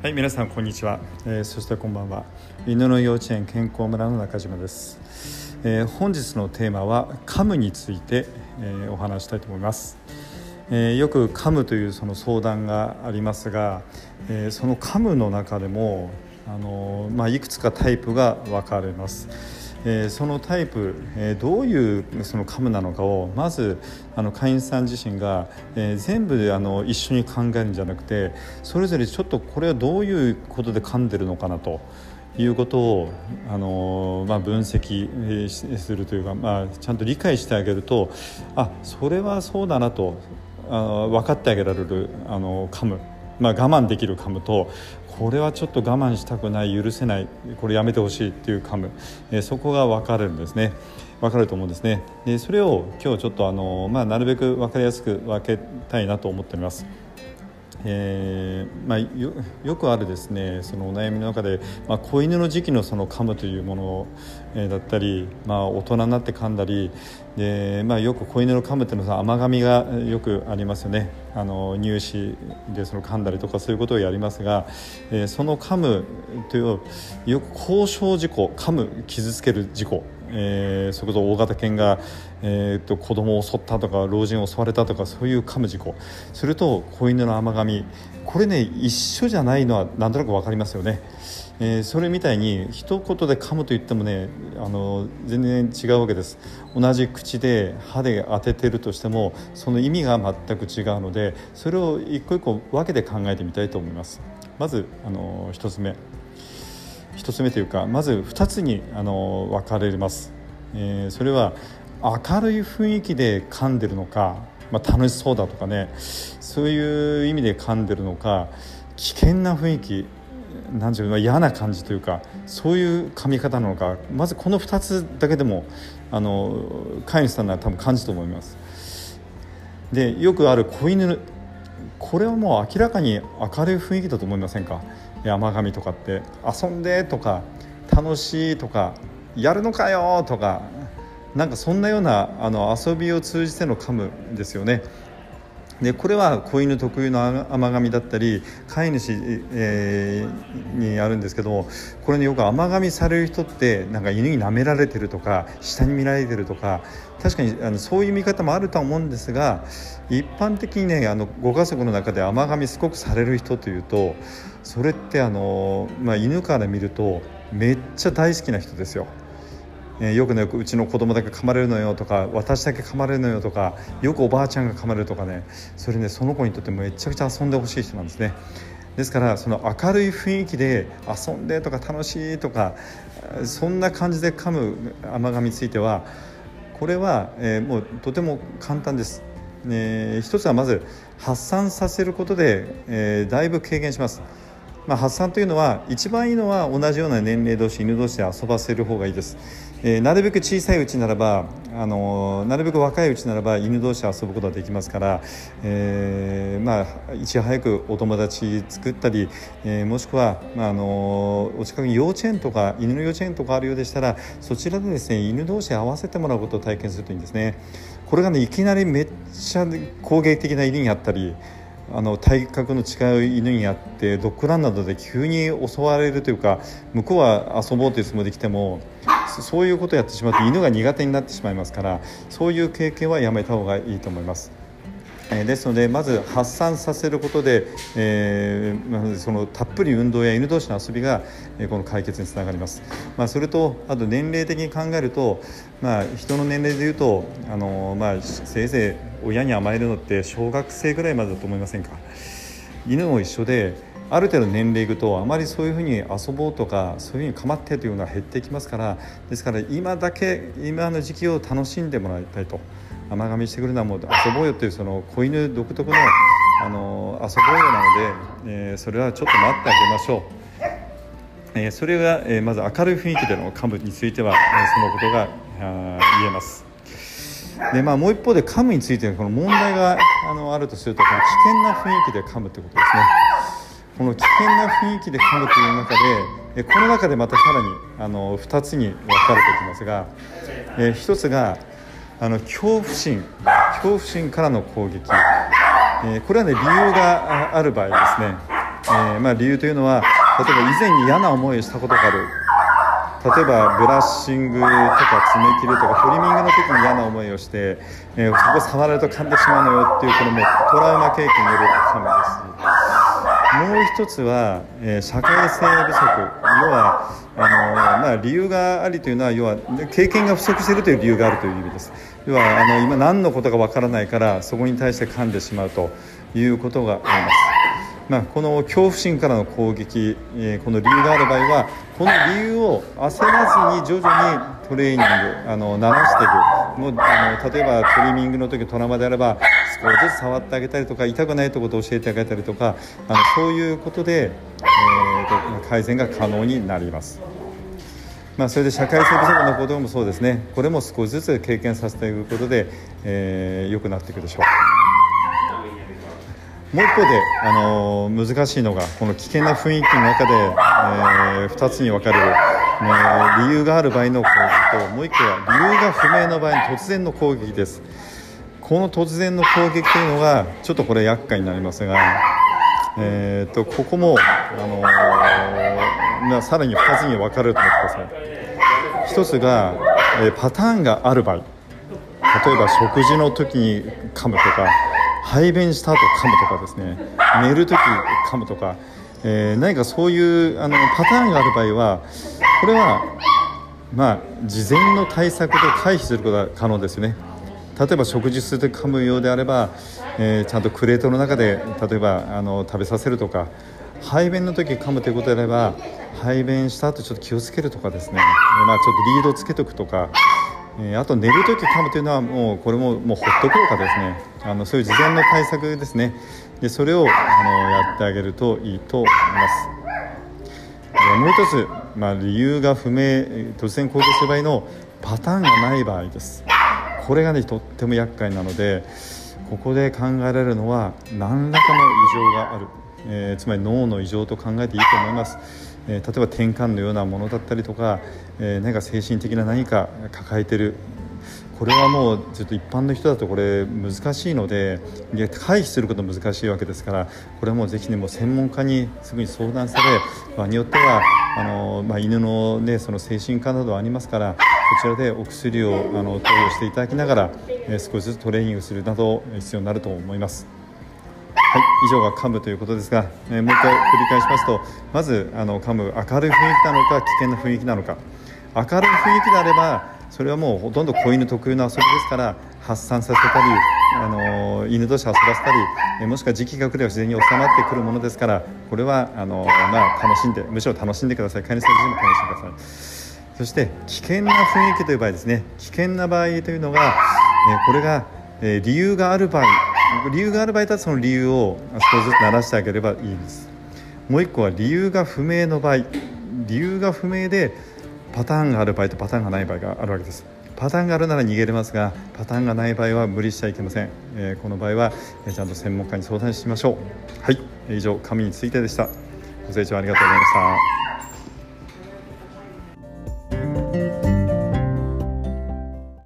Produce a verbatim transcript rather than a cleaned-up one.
はい、皆さんこんにちは、えー、そしてこんばんは。犬の幼稚園健康村の中島です。えー、本日のテーマは噛むについて、えー、お話したいと思います。えー、よく噛むというその相談がありますが、えー、その噛むの中でも、あのーまあ、いくつかタイプが分かれます。えー、そのタイプ、えー、どういうその噛むなのかをまずあの飼い主さん自身が、えー、全部あの一緒に考えるんじゃなくて、それぞれちょっとこれはどういうことで噛んでるのかなということを、あのーまあ、分析するというか、まあ、ちゃんと理解してあげると、あ、それはそうだなとあ分かってあげられるあの噛む、まあ、我慢できる噛むと、これはちょっと我慢したくない、許せない、これやめてほしいっていう噛む、えー、そこが分かるんですね。分かると思うんですね。でそれを今日ちょっとあの、まあ、なるべく分かりやすく分けたいなと思っております。えーまあ、よ, よくあるですね、そのお悩みの中で、まあ、子犬の時期のその噛むというもの、えー、だったり、まあ、大人になって噛んだりで、まあ、よく子犬の噛むっていうのは甘噛みがよくありますよね。あの乳歯でその噛んだりとかそういうことをやりますが、えー、その噛むというよく交渉事故、噛む傷つける事故、えー、それこそ大型犬が、えー、と子供を襲ったとか老人を襲われたとか、そういう噛む事故、それと子犬の甘噛み、これね一緒じゃないのはなんとなく分かりますよね。えー、それみたいに一言で噛むと言ってもね、あの全然違うわけです。同じ口で歯で当ててるとしてもその意味が全く違うので、それを一個一個分けて考えてみたいと思います。まずあの一つ目一つ目というか、まず二つにあの分かれます。えー、それは明るい雰囲気で噛んでるのか、まあ、楽しそうだとかね、そういう意味で噛んでるのか、危険な雰囲気、なんていうの、嫌な感じというか、そういう噛み方なのか、まずこのふたつだけでもあの飼い主さんなら多分感じると思います。でよくある子犬、これはもう明らかに明るい雰囲気だと思いませんか。甘噛みとかって、遊んでとか楽しいとかやるのかよとか、なんかそんなようなあの遊びを通じての噛むですよね。でこれは子犬特有の甘噛みだったり飼い主、えー、にあるんですけども、これねよく甘噛みされる人ってなんか犬に舐められてるとか下に見られてるとか、確かにあのそういう見方もあるとは思うんですが、一般的にねあのご家族の中で甘噛みすごくされる人というと、それってあの、まあ、犬から見るとめっちゃ大好きな人ですよ。えー、よくねうちの子供だけ噛まれるのよとか、私だけ噛まれるのよとか、よくおばあちゃんが噛まれるとかね、それねその子にとってめちゃくちゃ遊んでほしい人なんですね。ですからその明るい雰囲気で遊んでとか楽しいとか、そんな感じで噛む甘噛みについては、これは、えー、もうとても簡単です。えー、一つはまず発散させることで、えー、だいぶ軽減します。まあ、発散というのは一番いいのは同じような年齢同士、犬同士で遊ばせる方がいいです。えー、なるべく小さいうちならば、あのー、なるべく若いうちならば犬同士で遊ぶことができますから、えーまあ、いち早くお友達作ったり、えー、もしくは、まああのー、お近くに幼稚園とか犬の幼稚園とかあるようでしたら、そちらでですね犬同士で合わせてもらうことを体験するといいんですね。これがねいきなりめっちゃ攻撃的な犬にあったり、あの体格の違う犬にあってドッグランなどで急に襲われるというか、向こうは遊ぼうというつもりで来てもそういうことをやってしまうと犬が苦手になってしまいますから、そういう経験はやめた方がいいと思います。えー、ですのでまず発散させることで、えーまあ、そのたっぷり運動や犬同士の遊びが、えー、この解決につながります。まあ、それとあと年齢的に考えると、まあ、人の年齢でいうと、あのーまあ、せいぜい親に甘えるのって小学生ぐらいまでだと思いませんか。犬も一緒で、ある程度年齢いくとあまりそういうふうに遊ぼうとかそういうふうに構ってというのは減ってきますから、ですから今だけ今の時期を楽しんでもらいたいと。甘噛みしてくるのはもう遊ぼうよというその子犬独特の、あの遊ぼうよなので、えー、それはちょっと待ってあげましょう。えー、それが、えー、まず明るい雰囲気での噛むについては、えー、そのことが言えます。で、まあ、もう一方で噛むについてこの問題があのあるとすると、この危険な雰囲気で噛むということですね。この危険な雰囲気で噛むという中で、えこの中でまたさらにあのふたつに分かれてきますが、えー、ひとつがあの恐怖心恐怖心からの攻撃、えー、これはね理由がある場合ですね。 えーまあ、理由というのは、例えば以前に嫌な思いをしたことがある、例えばブラッシングとか爪切りとかトリミングの時に嫌な思いをして、えー、そこ触られると噛んでしまうのよっていう、これもトラウマ経験による噛むです。もう一つは、えー、社会性不足、要はあの、まあ、理由がありというのは、要は経験が不足しているという理由があるという意味です。要はあの今何のことかわからないから、そこに対して噛んでしまうということがあります。まあ、この恐怖心からの攻撃、えー、この理由がある場合は、この理由を焦らずに徐々にトレーニング、あの慣らしていく。もうあの例えばトリミングの時トラウマであれば、少しずつ触ってあげたりとか、痛くないところを教えてあげたりとか、あのそういうことで、えー、と改善が可能になります。まあ、それで社会性不足のこともそうですね。これも少しずつ経験させていくことで、えー、良くなっていくでしょう。もう一方で、あのー、難しいのが、この危険な雰囲気の中で、えー、ふたつに分かれる、ね、理由がある場合の攻撃と、もう一個は理由が不明の場合の突然の攻撃です。この突然の攻撃というのがちょっとこれ厄介になりますが、えー、とここも、あのーまあ、さらにふたつに分かれると思ってください。ひとつが、えー、パターンがある場合、例えば食事の時に噛むとか、排便した後噛むとかですね、寝る時噛むとか、えー、何かそういうあのパターンがある場合は、これは、まあ、事前の対策で回避することが可能ですよね。例えば食事すると噛むようであれば、えー、ちゃんとクレートの中で例えばあの食べさせるとか、排便の時噛むということであれば、排便した後ちょっと気をつけるとかですね、まあ、ちょっとリードつけとくとか、えー、あと寝る時噛むというのはもうこれももうほっとくとかですね、あのそういう事前の対策ですね。でそれをあのやってあげるといいと思います。でもう一つ、まあ、理由が不明、突然行動する場合のパターンがない場合です。これがねとっても厄介なので、ここで考えられるのは何らかの異常がある、えー、つまり脳の異常と考えていいと思います。えー、例えば転換のようなものだったりとか、えー、何か精神的な何か抱えている、これはもうちょっと一般の人だとこれ難しいので、回避すること難しいわけですから、これはもうぜひねもう専門家にすぐに相談され、場合によってはあの、まあ、犬の、ね、その精神科などありますから、こちらでお薬をあの投与していただきながら、えー、少しずつトレーニングするなど必要になると思います。はい、以上が噛むということですが、えー、もう一回繰り返しますと、まずあの噛む、明るい雰囲気なのか危険な雰囲気なのか。明るい雰囲気であれば、それはもうほとんど子犬特有の遊びですから、発散させたり、あの犬同士遊ばせたり、えもしくは時期が来れば自然に収まってくるものですから、これはあの、まあ、楽しんで、むしろ楽しんでください。飼い主さん自身も楽しんでください。そして危険な雰囲気という場合ですね、危険な場合というのが、えこれが、え理由がある場合、理由がある場合だとその理由を少しずつ慣らしてあげればいいです。もう一個は理由が不明の場合、理由が不明でパターンがある場合とパターンがない場合があるわけです。パターンがあるなら逃げれますが、パターンがない場合は無理しちゃいけません。えー、この場合は、えー、ちゃんと専門家に相談しましょう。はい、以上、紙についてでした。ご清聴ありがとうございました。